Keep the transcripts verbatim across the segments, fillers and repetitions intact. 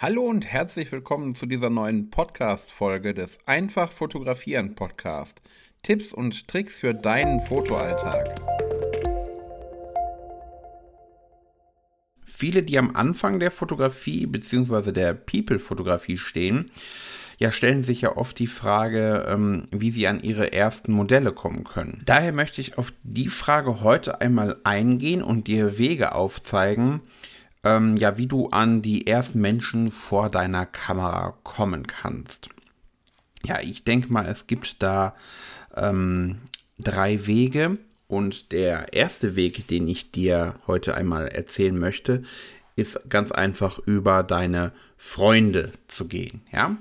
Hallo und herzlich willkommen zu dieser neuen Podcast-Folge des Einfach Fotografieren Podcast. Tipps und Tricks für deinen Fotoalltag. Viele, die am Anfang der Fotografie bzw. der People-Fotografie stehen, ja, stellen sich ja oft die Frage, ähm, wie sie an ihre ersten Modelle kommen können. Daher möchte ich auf die Frage heute einmal eingehen und dir Wege aufzeigen, ähm, ja, wie du an die ersten Menschen vor deiner Kamera kommen kannst. Ja, ich denke mal, es gibt da ähm, drei Wege. Und der erste Weg, den ich dir heute einmal erzählen möchte, ist ganz einfach über deine Freunde zu gehen. Ja?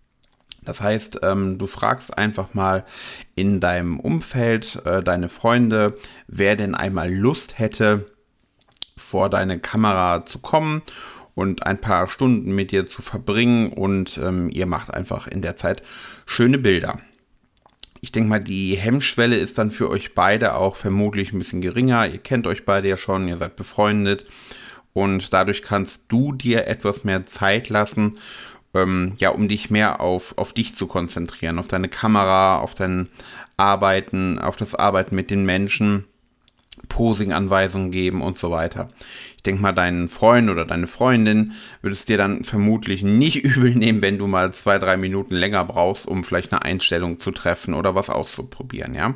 Das heißt, ähm, du fragst einfach mal in deinem Umfeld äh, deine Freunde, wer denn einmal Lust hätte, vor deine Kamera zu kommen und ein paar Stunden mit dir zu verbringen und ähm, ihr macht einfach in der Zeit schöne Bilder. Ich denke mal, die Hemmschwelle ist dann für euch beide auch vermutlich ein bisschen geringer. Ihr kennt euch beide ja schon, ihr seid befreundet und dadurch kannst du dir etwas mehr Zeit lassen, ähm, ja, um dich mehr auf, auf dich zu konzentrieren, auf deine Kamera, auf dein Arbeiten, auf das Arbeiten mit den Menschen, Posing-Anweisungen geben und so weiter. Ich denke mal, deinen Freund oder deine Freundin würdest dir dann vermutlich nicht übel nehmen, wenn du mal zwei, drei Minuten länger brauchst, um vielleicht eine Einstellung zu treffen oder was auszuprobieren, ja.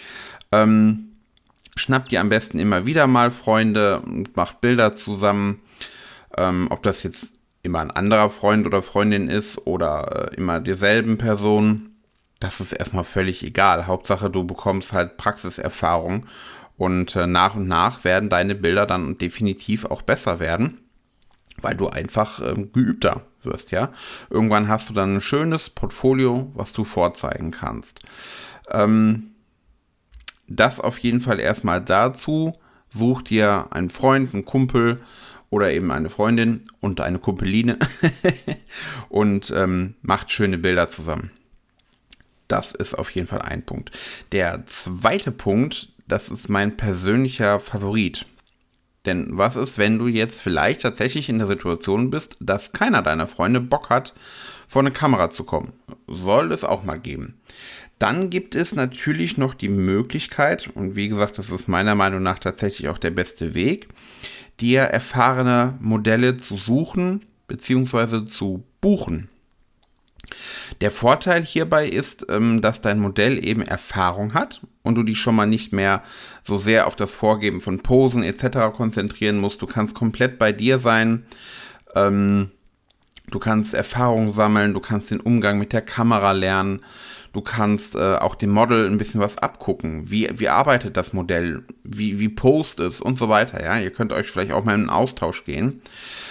Ähm, schnappt dir am besten immer wieder mal Freunde und macht Bilder zusammen. Ähm, ob das jetzt immer ein anderer Freund oder Freundin ist oder äh, immer derselben Person, das ist erstmal völlig egal. Hauptsache, du bekommst halt Praxiserfahrung. Und äh, nach und nach werden deine Bilder dann definitiv auch besser werden, weil du einfach ähm, geübter wirst, ja. Irgendwann hast du dann ein schönes Portfolio, was du vorzeigen kannst. Ähm, das auf jeden Fall erstmal dazu. Such dir einen Freund, einen Kumpel oder eben eine Freundin und eine Kumpeline und ähm, macht schöne Bilder zusammen. Das ist auf jeden Fall ein Punkt. Der zweite Punkt, das ist mein persönlicher Favorit. Denn was ist, wenn du jetzt vielleicht tatsächlich in der Situation bist, dass keiner deiner Freunde Bock hat, vor eine Kamera zu kommen? Soll es auch mal geben. Dann gibt es natürlich noch die Möglichkeit, und wie gesagt, das ist meiner Meinung nach tatsächlich auch der beste Weg, dir erfahrene Modelle zu suchen bzw. zu buchen. Der Vorteil hierbei ist, dass dein Modell eben Erfahrung hat und du dich schon mal nicht mehr so sehr auf das Vorgeben von Posen et cetera konzentrieren musst. Du kannst komplett bei dir sein. Du kannst Erfahrung sammeln, du kannst den Umgang mit der Kamera lernen. Du kannst auch dem Model ein bisschen was abgucken. Wie, wie arbeitet das Modell? Wie, wie post es und so weiter. Ja? Ihr könnt euch vielleicht auch mal in einen Austausch gehen.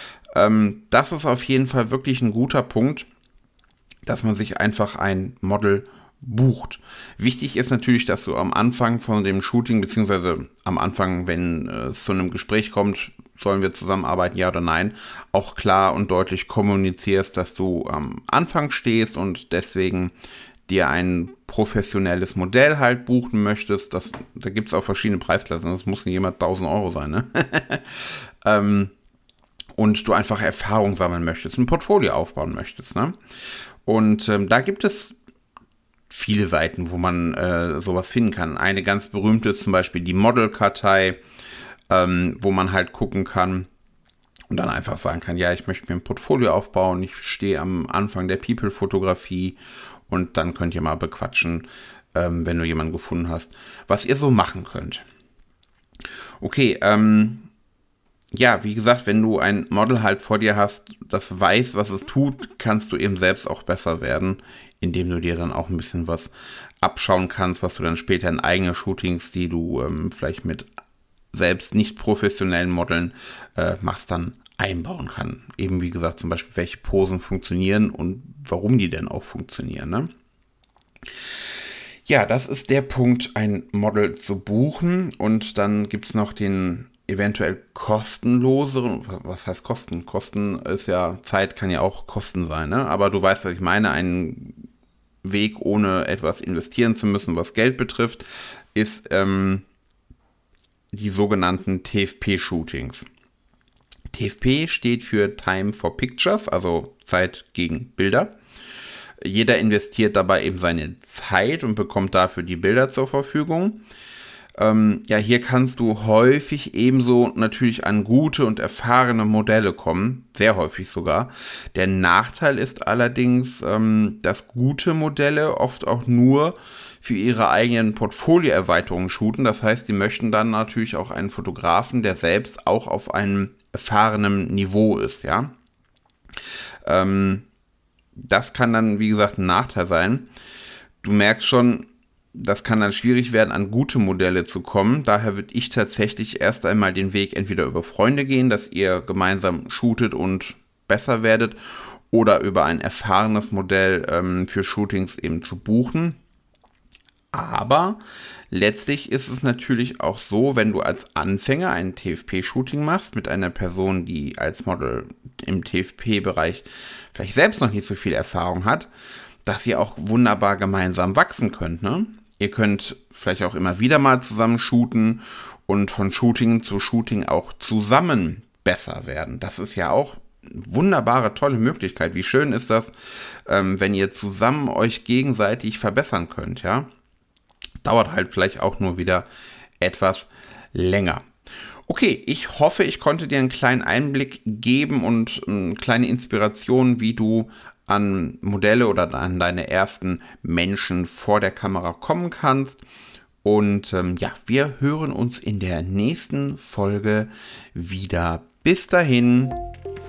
Das ist auf jeden Fall wirklich ein guter Punkt, dass man sich einfach ein Model bucht. Wichtig ist natürlich, dass du am Anfang von dem Shooting, beziehungsweise am Anfang, wenn äh, es zu einem Gespräch kommt, sollen wir zusammenarbeiten, ja oder nein, auch klar und deutlich kommunizierst, dass du am Anfang stehst und deswegen dir ein professionelles Modell halt buchen möchtest. Das, da gibt es auch verschiedene Preisklassen, das muss nicht jemand tausend Euro sein, ne? ähm, und du einfach Erfahrung sammeln möchtest, ein Portfolio aufbauen möchtest, ne? Und ähm, da gibt es viele Seiten, wo man äh, sowas finden kann. Eine ganz berühmte ist zum Beispiel die Modelkartei, ähm, wo man halt gucken kann und dann einfach sagen kann, ja, ich möchte mir ein Portfolio aufbauen, ich stehe am Anfang der People-Fotografie und dann könnt ihr mal bequatschen, ähm, wenn du jemanden gefunden hast, was ihr so machen könnt. Okay, ähm, ja, wie gesagt, wenn du ein Model halt vor dir hast, das weiß, was es tut, kannst du eben selbst auch besser werden, indem du dir dann auch ein bisschen was abschauen kannst, was du dann später in eigene Shootings, die du ähm, vielleicht mit selbst nicht professionellen Modeln äh, machst, dann einbauen kann. Eben wie gesagt, zum Beispiel, welche Posen funktionieren und warum die denn auch funktionieren, ne? Ja, das ist der Punkt, ein Model zu buchen und dann gibt es noch den eventuell kostenloseren, was heißt Kosten? Kosten ist ja, Zeit kann ja auch Kosten sein, ne? Aber du weißt, was ich meine, ein Weg, ohne etwas investieren zu müssen, was Geld betrifft, ist ähm, die sogenannten T F P-Shootings. T F P steht für Time for Pictures, also Zeit gegen Bilder. Jeder investiert dabei eben seine Zeit und bekommt dafür die Bilder zur Verfügung. Ähm, ja, hier kannst du häufig ebenso natürlich an gute und erfahrene Modelle kommen, sehr häufig sogar. Der Nachteil ist allerdings, ähm, dass gute Modelle oft auch nur für ihre eigenen Portfolioerweiterungen shooten. Das heißt, die möchten dann natürlich auch einen Fotografen, der selbst auch auf einem erfahrenen Niveau ist, ja. Ähm, das kann dann, wie gesagt, ein Nachteil sein. Du merkst schon, das kann dann schwierig werden, an gute Modelle zu kommen. Daher würde ich tatsächlich erst einmal den Weg entweder über Freunde gehen, dass ihr gemeinsam shootet und besser werdet, oder über ein erfahrenes Modell ähm, für Shootings eben zu buchen. Aber letztlich ist es natürlich auch so, wenn du als Anfänger ein T F P-Shooting machst mit einer Person, die als Model im T F P-Bereich vielleicht selbst noch nicht so viel Erfahrung hat, dass ihr auch wunderbar gemeinsam wachsen könnt, ne? Ihr könnt vielleicht auch immer wieder mal zusammen shooten und von Shooting zu Shooting auch zusammen besser werden. Das ist ja auch eine wunderbare, tolle Möglichkeit. Wie schön ist das, ähm, wenn ihr zusammen euch gegenseitig verbessern könnt, ja? Dauert halt vielleicht auch nur wieder etwas länger. Okay, ich hoffe, ich konnte dir einen kleinen Einblick geben und eine kleine Inspiration, wie du an Modelle oder an deine ersten Menschen vor der Kamera kommen kannst. Und ähm, ja, wir hören uns in der nächsten Folge wieder. Bis dahin.